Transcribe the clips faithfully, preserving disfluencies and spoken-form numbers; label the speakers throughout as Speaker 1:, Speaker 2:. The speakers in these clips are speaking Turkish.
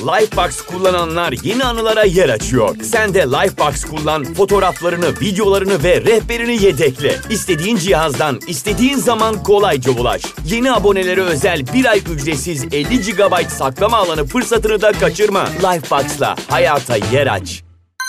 Speaker 1: Lifebox kullananlar yeni anılara yer açıyor. Sen de Lifebox kullan, fotoğraflarını, videolarını ve rehberini yedekle. İstediğin cihazdan, istediğin zaman kolayca ulaş. Yeni abonelere özel bir ay ücretsiz elli gigabayt saklama alanı fırsatını da kaçırma. Lifebox'la hayata yer aç.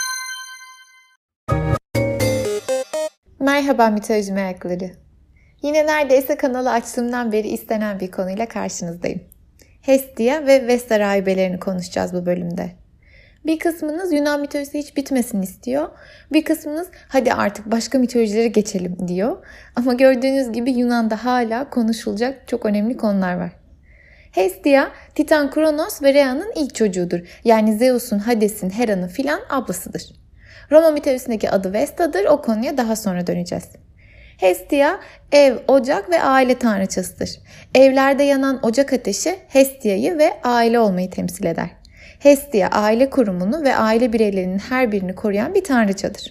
Speaker 2: Merhaba mitoloji merakları. Yine neredeyse kanalı açtığımdan beri istenen bir konuyla karşınızdayım. Hestia ve Vesta rahibelerini konuşacağız bu bölümde. Bir kısmınız Yunan mitolojisi hiç bitmesin istiyor. Bir kısmınız hadi artık başka mitolojilere geçelim diyor. Ama gördüğünüz gibi Yunan'da hala konuşulacak çok önemli konular var. Hestia, Titan Kronos ve Rhea'nın ilk çocuğudur. Yani Zeus'un, Hades'in, Hera'nın filan ablasıdır. Roma mitolojisindeki adı Vesta'dır. O konuya daha sonra döneceğiz. Hestia, ev, ocak ve aile tanrıçasıdır. Evlerde yanan ocak ateşi Hestia'yı ve aile olmayı temsil eder. Hestia, aile kurumunu ve aile bireylerinin her birini koruyan bir tanrıçadır.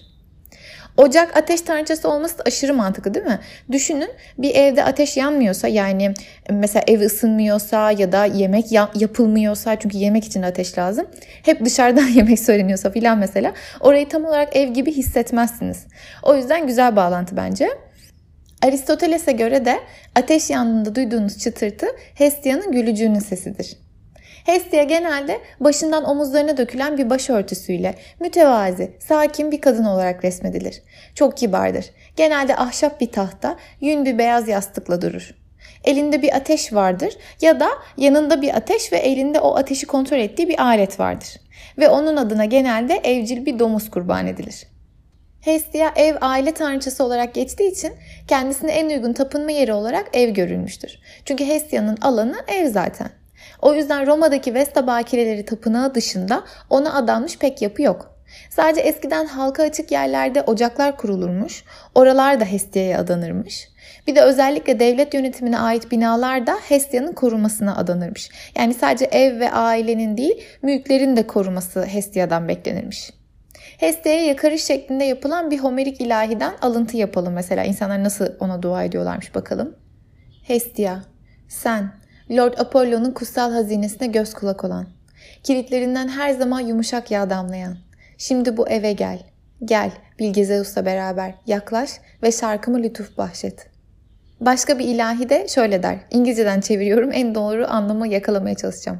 Speaker 2: Ocak ateş tanrıçası olması da aşırı mantıklı değil mi? Düşünün, bir evde ateş yanmıyorsa, yani mesela ev ısınmıyorsa ya da yemek yapılmıyorsa, çünkü yemek için ateş lazım. Hep dışarıdan yemek söyleniyorsa filan mesela, orayı tam olarak ev gibi hissetmezsiniz. O yüzden güzel bağlantı bence. Aristoteles'e göre de ateş yandığında duyduğunuz çıtırtı Hestia'nın gülücüğünün sesidir. Hestia genelde başından omuzlarına dökülen bir başörtüsüyle mütevazi, sakin bir kadın olarak resmedilir. Çok kibardır. Genelde ahşap bir tahta, yün bir beyaz yastıkla durur. Elinde bir ateş vardır ya da yanında bir ateş ve elinde o ateşi kontrol ettiği bir alet vardır. Ve onun adına genelde evcil bir domuz kurban edilir. Hestia ev aile tanrıçası olarak geçtiği için kendisine en uygun tapınma yeri olarak ev görülmüştür. Çünkü Hestia'nın alanı ev zaten. O yüzden Roma'daki Vesta bakireleri tapınağı dışında ona adanmış pek yapı yok. Sadece eskiden halka açık yerlerde ocaklar kurulurmuş, oralar da Hestia'ya adanırmış. Bir de özellikle devlet yönetimine ait binalar da Hestia'nın korunmasına adanırmış. Yani sadece ev ve ailenin değil, mülklerin de koruması Hestia'dan beklenirmiş. Hestia'ya yakarış şeklinde yapılan bir Homerik ilahiden alıntı yapalım mesela. İnsanlar nasıl ona dua ediyorlarmış bakalım. Hestia, sen, Lord Apollo'nun kutsal hazinesine göz kulak olan, kilitlerinden her zaman yumuşak yağ damlayan, şimdi bu eve gel, gel Bilge Zeus'la beraber yaklaş ve şarkımı lütuf bahşet. Başka bir ilahi de şöyle der, İngilizceden çeviriyorum, en doğru anlamı yakalamaya çalışacağım.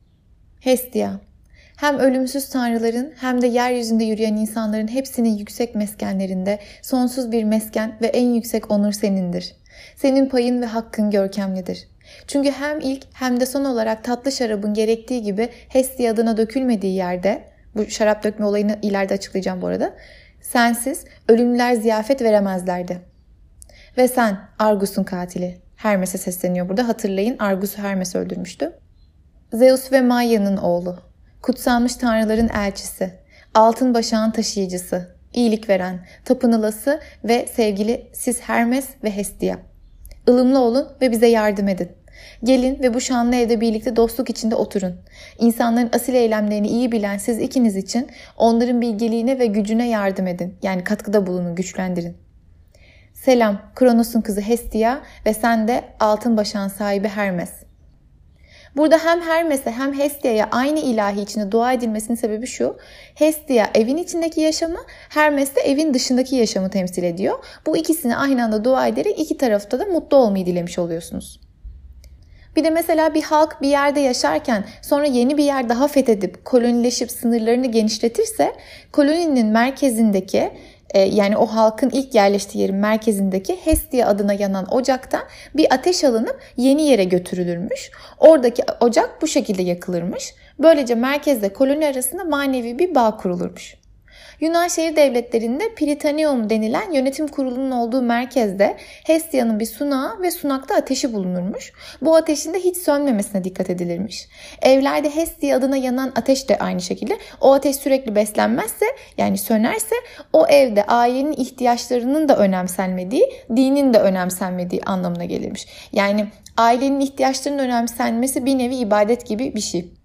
Speaker 2: Hestia, hem ölümsüz tanrıların hem de yeryüzünde yürüyen insanların hepsinin yüksek meskenlerinde sonsuz bir mesken ve en yüksek onur senindir. Senin payın ve hakkın görkemlidir. Çünkü hem ilk hem de son olarak tatlı şarabın gerektiği gibi Hestia adına dökülmediği yerde, bu şarap dökme olayını ileride açıklayacağım bu arada, sensiz ölümlüler ziyafet veremezlerdi. Ve sen Argus'un katili, Hermes'e sesleniyor burada, hatırlayın Argus'u Hermes öldürmüştü. Zeus ve Maia'nın oğlu, kutsanmış tanrıların elçisi, altın başağın taşıyıcısı, iyilik veren, tapınılası ve sevgili siz Hermes ve Hestia. Ilımlı olun ve bize yardım edin. Gelin ve bu şanlı evde birlikte dostluk içinde oturun. İnsanların asil eylemlerini iyi bilen siz ikiniz için onların bilgeliğine ve gücüne yardım edin. Yani katkıda bulunun, güçlendirin. Selam, Kronos'un kızı Hestia ve sen de altın başağın sahibi Hermes. Burada hem Hermes'e hem Hestia'ya aynı ilahi içinde dua edilmesinin sebebi şu. Hestia evin içindeki yaşamı, Hermes de evin dışındaki yaşamı temsil ediyor. Bu ikisini aynı anda dua ederek iki tarafta da mutlu olmayı dilemiş oluyorsunuz. Bir de mesela bir halk bir yerde yaşarken sonra yeni bir yer daha fethedip kolonileşip sınırlarını genişletirse koloninin merkezindeki yani o halkın ilk yerleştiği yerin merkezindeki Hestia adına yanan ocaktan bir ateş alınıp yeni yere götürülürmüş. Oradaki ocak bu şekilde yakılırmış. Böylece merkezle koloni arasında manevi bir bağ kurulurmuş. Yunan şehir devletlerinde Prytaneum denilen yönetim kurulunun olduğu merkezde Hestia'nın bir sunağı ve sunakta ateşi bulunurmuş. Bu ateşin de hiç sönmemesine dikkat edilirmiş. Evlerde Hestia adına yanan ateş de aynı şekilde. O ateş sürekli beslenmezse, yani sönerse o evde ailenin ihtiyaçlarının da önemsenmediği, dinin de önemsenmediği anlamına gelirmiş. Yani ailenin ihtiyaçlarının önemsenmesi bir nevi ibadet gibi bir şey.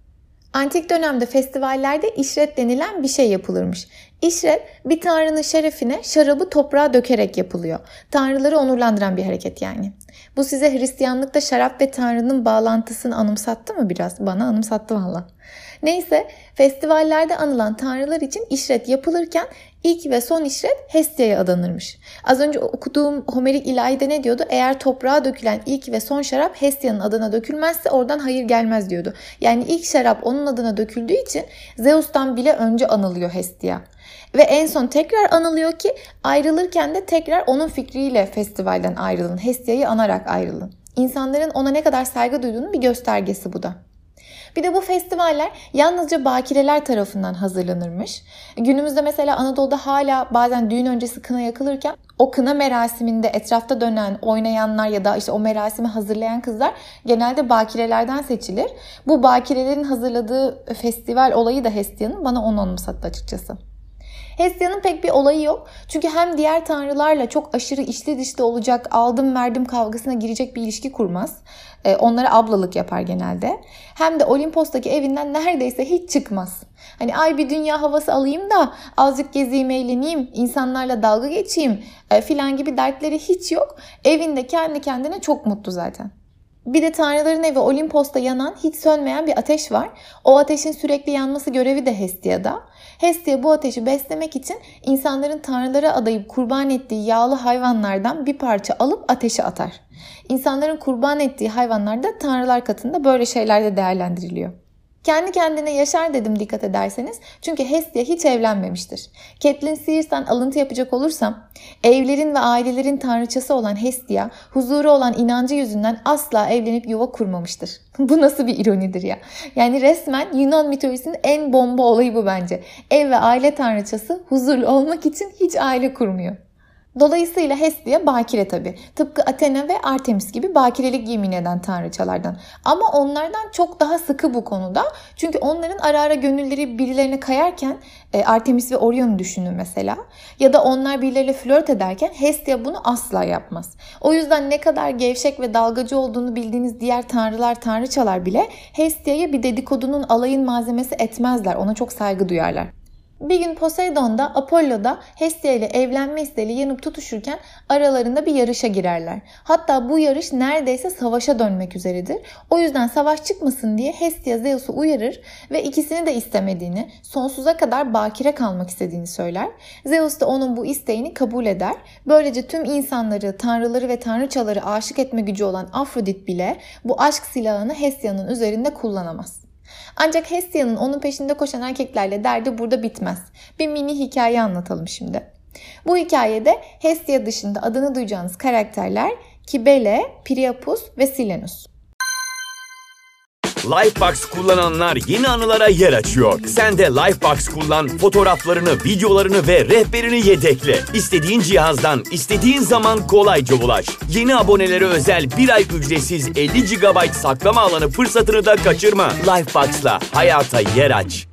Speaker 2: Antik dönemde festivallerde işret denilen bir şey yapılırmış. İşret bir tanrının şerefine şarabı toprağa dökerek yapılıyor. Tanrıları onurlandıran bir hareket yani. Bu size Hristiyanlıkta şarap ve tanrının bağlantısını anımsattı mı biraz? Bana anımsattı valla. Neyse, festivallerde anılan tanrılar için işret yapılırken ilk ve son işret Hestia'ya adanırmış. Az önce okuduğum Homerik ilahide ne diyordu? Eğer toprağa dökülen ilk ve son şarap Hestia'nın adına dökülmezse oradan hayır gelmez diyordu. Yani ilk şarap onun adına döküldüğü için Zeus'tan bile önce anılıyor Hestia. Ve en son tekrar anılıyor ki ayrılırken de tekrar onun fikriyle festivalden ayrılın. Hestia'yı anarak ayrılın. İnsanların ona ne kadar saygı duyduğunun bir göstergesi bu da. Bir de bu festivaller yalnızca bakireler tarafından hazırlanırmış. Günümüzde mesela Anadolu'da hala bazen düğün öncesi kına yakılırken o kına merasiminde etrafta dönen, oynayanlar ya da işte o merasimi hazırlayan kızlar genelde bakirelerden seçilir. Bu bakirelerin hazırladığı festival olayı da Hestia'nın, bana onu anımsattı açıkçası. Hestia'nın pek bir olayı yok. Çünkü hem diğer tanrılarla çok aşırı içli dışlı olacak, aldım verdim kavgasına girecek bir ilişki kurmaz. Ee, onlara ablalık yapar genelde. Hem de Olimpos'taki evinden neredeyse hiç çıkmaz. Hani ay bir dünya havası alayım da azıcık gezeyim, eğleneyim, insanlarla dalga geçeyim e, filan gibi dertleri hiç yok. Evinde kendi kendine çok mutlu zaten. Bir de tanrıların evi Olimpos'ta yanan, hiç sönmeyen bir ateş var. O ateşin sürekli yanması görevi de Hestia'da. Hestia bu ateşi beslemek için insanların tanrılara adayıp kurban ettiği yağlı hayvanlardan bir parça alıp ateşe atar. İnsanların kurban ettiği hayvanlar da tanrılar katında böyle şeylerde değerlendiriliyor. Kendi kendine yaşar dedim dikkat ederseniz. Çünkü Hestia hiç evlenmemiştir. Catelyn Sears'tan alıntı yapacak olursam, evlerin ve ailelerin tanrıçası olan Hestia, huzuru olan inancı yüzünden asla evlenip yuva kurmamıştır. Bu nasıl bir ironidir ya. Yani resmen Yunan mitolojisinin en bomba olayı bu bence. Ev ve aile tanrıçası huzurlu olmak için hiç aile kurmuyor. Dolayısıyla Hestia bakire tabii. Tıpkı Athena ve Artemis gibi bakirelik yemin eden tanrıçalardan. Ama onlardan çok daha sıkı bu konuda. Çünkü onların ara ara gönülleri birilerine kayarken Artemis ve Orion'u düşünün mesela. Ya da onlar birileriyle flört ederken Hestia bunu asla yapmaz. O yüzden ne kadar gevşek ve dalgacı olduğunu bildiğiniz diğer tanrılar, tanrıçalar bile Hestia'yı bir dedikodunun, alayın malzemesi etmezler. Ona çok saygı duyarlar. Bir gün Poseidon da Apollo da Hestia ile evlenme isteğiyle yanıp tutuşurken aralarında bir yarışa girerler. Hatta bu yarış neredeyse savaşa dönmek üzeredir. O yüzden savaş çıkmasın diye Hestia Zeus'u uyarır ve ikisini de istemediğini, sonsuza kadar bakire kalmak istediğini söyler. Zeus da onun bu isteğini kabul eder. Böylece tüm insanları, tanrıları ve tanrıçaları aşık etme gücü olan Afrodit bile bu aşk silahını Hestia'nın üzerinde kullanamaz. Ancak Hestia'nın onun peşinde koşan erkeklerle derdi burada bitmez. Bir mini hikaye anlatalım şimdi. Bu hikayede Hestia dışında adını duyacağınız karakterler Kybele, Priapus ve Silenus.
Speaker 1: Lifebox kullananlar yeni anılara yer açıyor. Sen de Lifebox kullan, fotoğraflarını, videolarını ve rehberini yedekle. İstediğin cihazdan, istediğin zaman kolayca ulaş. Yeni abonelere özel bir ay ücretsiz elli gigabayt saklama alanı fırsatını da kaçırma. Lifebox'la hayata yer aç.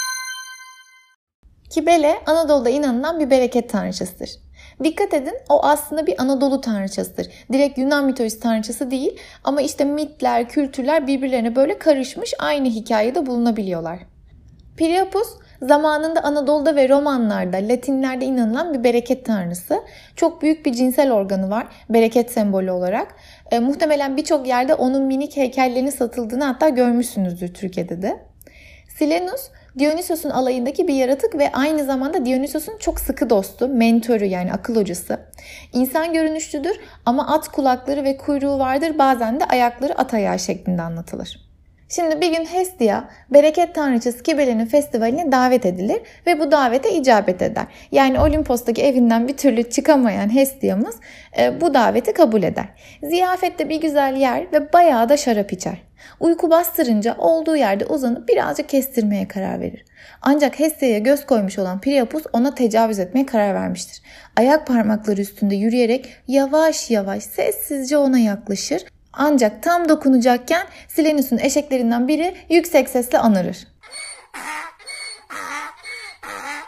Speaker 2: Kybele, Anadolu'da inanılan bir bereket tanrıçasıdır. Dikkat edin, o aslında bir Anadolu tanrıçasıdır. Direkt Yunan mitolojisi tanrıçası değil ama işte mitler, kültürler birbirlerine böyle karışmış, aynı hikayede bulunabiliyorlar. Priapus, zamanında Anadolu'da ve Romanlarda, Latinlerde inanılan bir bereket tanrısı. Çok büyük bir cinsel organı var, bereket sembolü olarak. E, muhtemelen birçok yerde onun minik heykellerinin satıldığını hatta görmüşsünüzdür Türkiye'de de. Silenus, Dionysos'un alayındaki bir yaratık ve aynı zamanda Dionysos'un çok sıkı dostu, mentörü yani akıl hocası. İnsan görünüşlüdür ama at kulakları ve kuyruğu vardır, bazen de ayakları at ayağı şeklinde anlatılır. Şimdi bir gün Hestia, bereket tanrıçası Kybele'nin festivaline davet edilir ve bu davete icabet eder. Yani Olimpos'taki evinden bir türlü çıkamayan Hestia'mız e, bu daveti kabul eder. Ziyafette bir güzel yer ve bayağı da şarap içer. Uyku bastırınca olduğu yerde uzanıp birazcık kestirmeye karar verir. Ancak Hestia'ya göz koymuş olan Priapus ona tecavüz etmeye karar vermiştir. Ayak parmakları üstünde yürüyerek yavaş yavaş sessizce ona yaklaşır. Ancak tam dokunacakken Silenus'un eşeklerinden biri yüksek sesle anırır.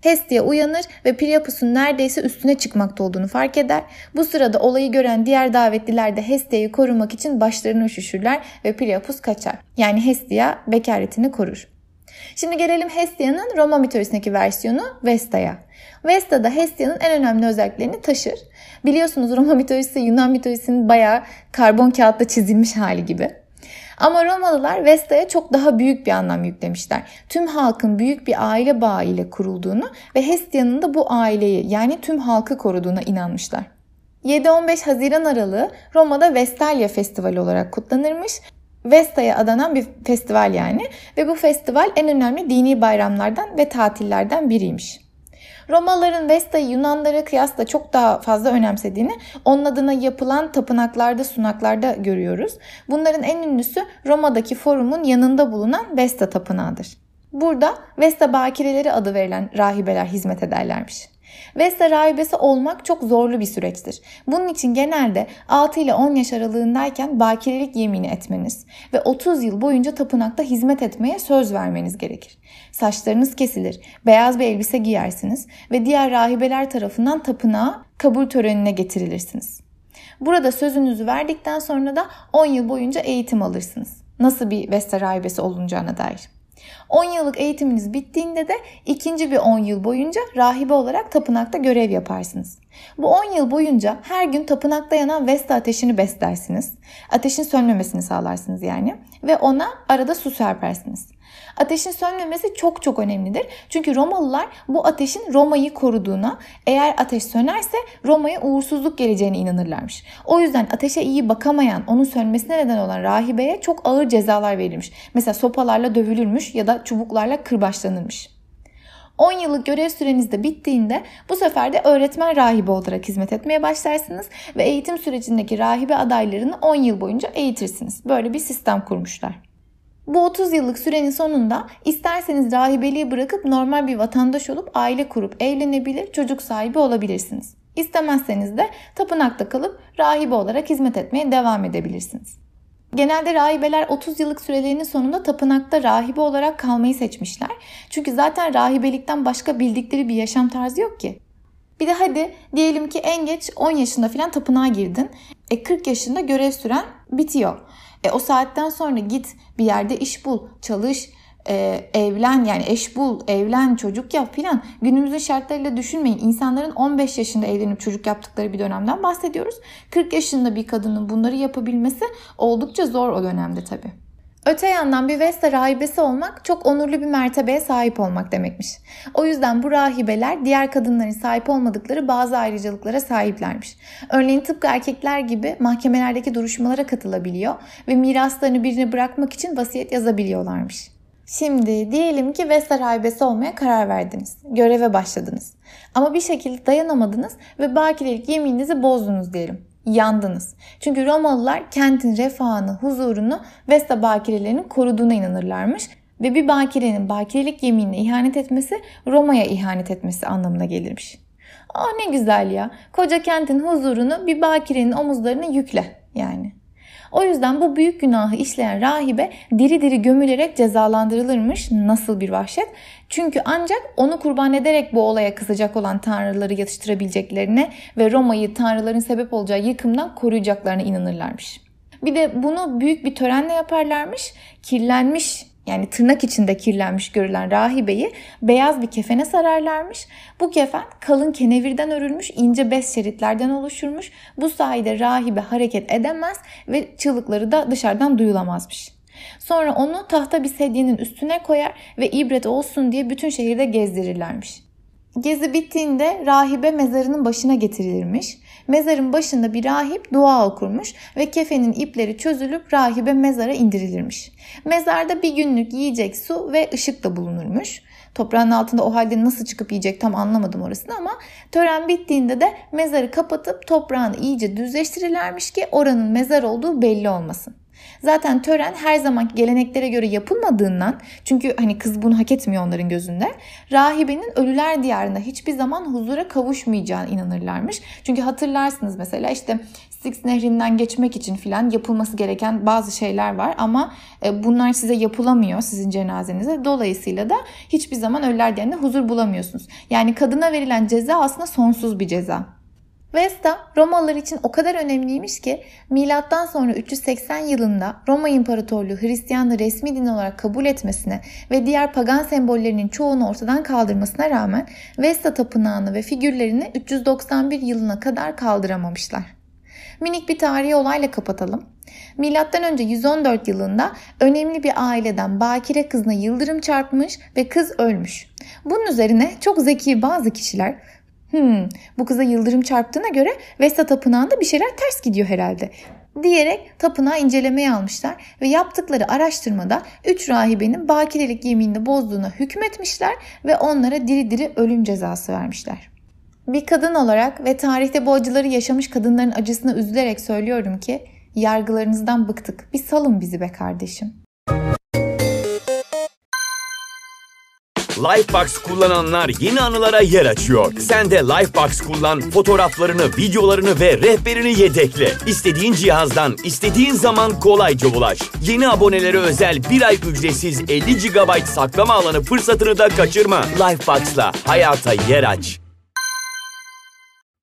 Speaker 2: Hestia uyanır ve Priapus'un neredeyse üstüne çıkmakta olduğunu fark eder. Bu sırada olayı gören diğer davetliler de Hestia'yı korumak için başlarını üşüşürler ve Priapus kaçar. Yani Hestia bekaretini korur. Şimdi gelelim Hestia'nın Roma mitolojisindeki versiyonu Vesta'ya. Vesta da Hestia'nın en önemli özelliklerini taşır. Biliyorsunuz Roma mitolojisi Yunan mitolojisinin bayağı karbon kağıtta çizilmiş hali gibi. Ama Romalılar Vesta'ya çok daha büyük bir anlam yüklemişler. Tüm halkın büyük bir aile bağı ile kurulduğunu ve Hestia'nın da bu aileyi yani tüm halkı koruduğuna inanmışlar. yedi on beş Haziran aralığı Roma'da Vestalia Festivali olarak kutlanırmış. Vesta'ya adanan bir festival yani ve bu festival en önemli dini bayramlardan ve tatillerden biriymiş. Romalıların Vesta'yı Yunanlara kıyasla çok daha fazla önemsediğini onun adına yapılan tapınaklarda, sunaklarda görüyoruz. Bunların en ünlüsü Roma'daki forumun yanında bulunan Vesta Tapınağı'dır. Burada Vesta Bakireleri adı verilen rahibeler hizmet ederlermiş. Vesta rahibesi olmak çok zorlu bir süreçtir. Bunun için genelde altı ile on yaş aralığındayken bakirelik yemini etmeniz ve otuz yıl boyunca tapınakta hizmet etmeye söz vermeniz gerekir. Saçlarınız kesilir, beyaz bir elbise giyersiniz ve diğer rahibeler tarafından tapınağa kabul törenine getirilirsiniz. Burada sözünüzü verdikten sonra da on yıl boyunca eğitim alırsınız. Nasıl bir Vesta rahibesi olunacağına dair. on yıllık eğitiminiz bittiğinde de ikinci bir on yıl boyunca rahibe olarak tapınakta görev yaparsınız. Bu on yıl boyunca her gün tapınakta yanan Vesta ateşini beslersiniz. Ateşin sönmemesini sağlarsınız yani ve ona arada su serpersiniz. Ateşin sönmemesi çok çok önemlidir. Çünkü Romalılar bu ateşin Roma'yı koruduğuna, eğer ateş sönerse Roma'ya uğursuzluk geleceğine inanırlarmış. O yüzden ateşe iyi bakamayan, onun sönmesine neden olan rahibeye çok ağır cezalar verilmiş. Mesela sopalarla dövülürmüş ya da çubuklarla kırbaçlanırmış. on yıllık görev süreniz de bittiğinde bu sefer de öğretmen rahibe olarak hizmet etmeye başlarsınız ve eğitim sürecindeki rahibe adaylarını on yıl boyunca eğitirsiniz. Böyle bir sistem kurmuşlar. Bu otuz yıllık sürenin sonunda isterseniz rahibeliği bırakıp normal bir vatandaş olup aile kurup evlenebilir, çocuk sahibi olabilirsiniz. İstemezseniz de tapınakta kalıp rahibe olarak hizmet etmeye devam edebilirsiniz. Genelde rahibeler otuz yıllık sürelerinin sonunda tapınakta rahibe olarak kalmayı seçmişler. Çünkü zaten rahibelikten başka bildikleri bir yaşam tarzı yok ki. Bir de hadi diyelim ki en geç on yaşında falan tapınağa girdin. E kırk yaşında görev süren bitiyor. E o saatten sonra git bir yerde iş bul, çalış, e, evlen yani eş bul, evlen, çocuk yap filan. Günümüzün şartlarıyla düşünmeyin. İnsanların on beş yaşında evlenip çocuk yaptıkları bir dönemden bahsediyoruz. kırk yaşında bir kadının bunları yapabilmesi oldukça zor o dönemde tabii. Öte yandan bir Vesta rahibesi olmak çok onurlu bir mertebeye sahip olmak demekmiş. O yüzden bu rahibeler diğer kadınların sahip olmadıkları bazı ayrıcalıklara sahiplermiş. Örneğin tıpkı erkekler gibi mahkemelerdeki duruşmalara katılabiliyor ve miraslarını birine bırakmak için vasiyet yazabiliyorlarmış. Şimdi diyelim ki Vesta rahibesi olmaya karar verdiniz. Göreve başladınız. Ama bir şekilde dayanamadınız ve bakirelik yemininizi bozdunuz diyelim. Yandınız. Çünkü Romalılar kentin refahını, huzurunu Vesta bakirelerinin koruduğuna inanırlarmış ve bir bakirenin bakirelik yeminine ihanet etmesi Roma'ya ihanet etmesi anlamına gelirmiş. Aa ne güzel ya. Koca kentin huzurunu bir bakirenin omuzlarına yükle yani. O yüzden bu büyük günahı işleyen rahibe diri diri gömülerek cezalandırılırmış. Nasıl bir vahşet? Çünkü ancak onu kurban ederek bu olaya kızacak olan tanrıları yatıştırabileceklerine ve Roma'yı tanrıların sebep olacağı yıkımdan koruyacaklarına inanırlarmış. Bir de bunu büyük bir törenle yaparlarmış. Kirlenmiş, yani tırnak içinde kirlenmiş görülen rahibeyi beyaz bir kefene sararlarmış. Bu kefen kalın kenevirden örülmüş, ince bez şeritlerden oluşurmuş. Bu sayede rahibe hareket edemez ve çığlıkları da dışarıdan duyulamazmış. Sonra onu tahta bir sedyenin üstüne koyar ve ibret olsun diye bütün şehirde gezdirirlermiş. Gezi bittiğinde rahibe mezarının başına getirilirmiş. Mezarın başında bir rahip dua okurmuş ve kefenin ipleri çözülüp rahibe mezara indirilirmiş. Mezarda bir günlük yiyecek, su ve ışık da bulunurmuş. Toprağın altında o halde nasıl çıkıp yiyecek tam anlamadım orasını ama tören bittiğinde de mezarı kapatıp toprağını iyice düzleştirirlermiş ki oranın mezar olduğu belli olmasın. Zaten tören her zamanki geleneklere göre yapılmadığından, çünkü hani kız bunu hak etmiyor onların gözünde, rahibenin ölüler diyarında hiçbir zaman huzura kavuşmayacağına inanırlarmış. Çünkü hatırlarsınız mesela işte Styx nehrinden geçmek için filan yapılması gereken bazı şeyler var ama bunlar size yapılamıyor sizin cenazenize. Dolayısıyla da hiçbir zaman ölüler diyeninde huzur bulamıyorsunuz. Yani kadına verilen ceza aslında sonsuz bir ceza. Vesta Romalılar için o kadar önemliymiş ki milattan sonra üç yüz seksen yılında Roma İmparatorluğu Hristiyanlığı resmi din olarak kabul etmesine ve diğer pagan sembollerinin çoğunu ortadan kaldırmasına rağmen Vesta tapınağını ve figürlerini üç yüz doksan bir yılına kadar kaldıramamışlar. Minik bir tarihi olayla kapatalım. Milattan önce yüz on dört yılında önemli bir aileden bakire kızına yıldırım çarpmış ve kız ölmüş. Bunun üzerine çok zeki bazı kişiler Hmm, bu kıza yıldırım çarptığına göre Vesta tapınağında bir şeyler ters gidiyor herhalde diyerek tapınağı incelemeye almışlar ve yaptıkları araştırmada üç rahibenin bakirelik yeminini bozduğuna hükmetmişler ve onlara diri diri ölüm cezası vermişler. Bir kadın olarak ve tarihte bu acıları yaşamış kadınların acısına üzülerek söylüyorum ki yargılarınızdan bıktık. Bir salın bizi be kardeşim.
Speaker 1: Lifebox kullananlar yeni anılara yer açıyor. Sen de Lifebox kullan, fotoğraflarını, videolarını ve rehberini yedekle. İstediğin cihazdan, istediğin zaman kolayca ulaş. Yeni abonelere özel bir ay ücretsiz elli gigabayt saklama alanı fırsatını da kaçırma. Lifebox'la hayata yer aç.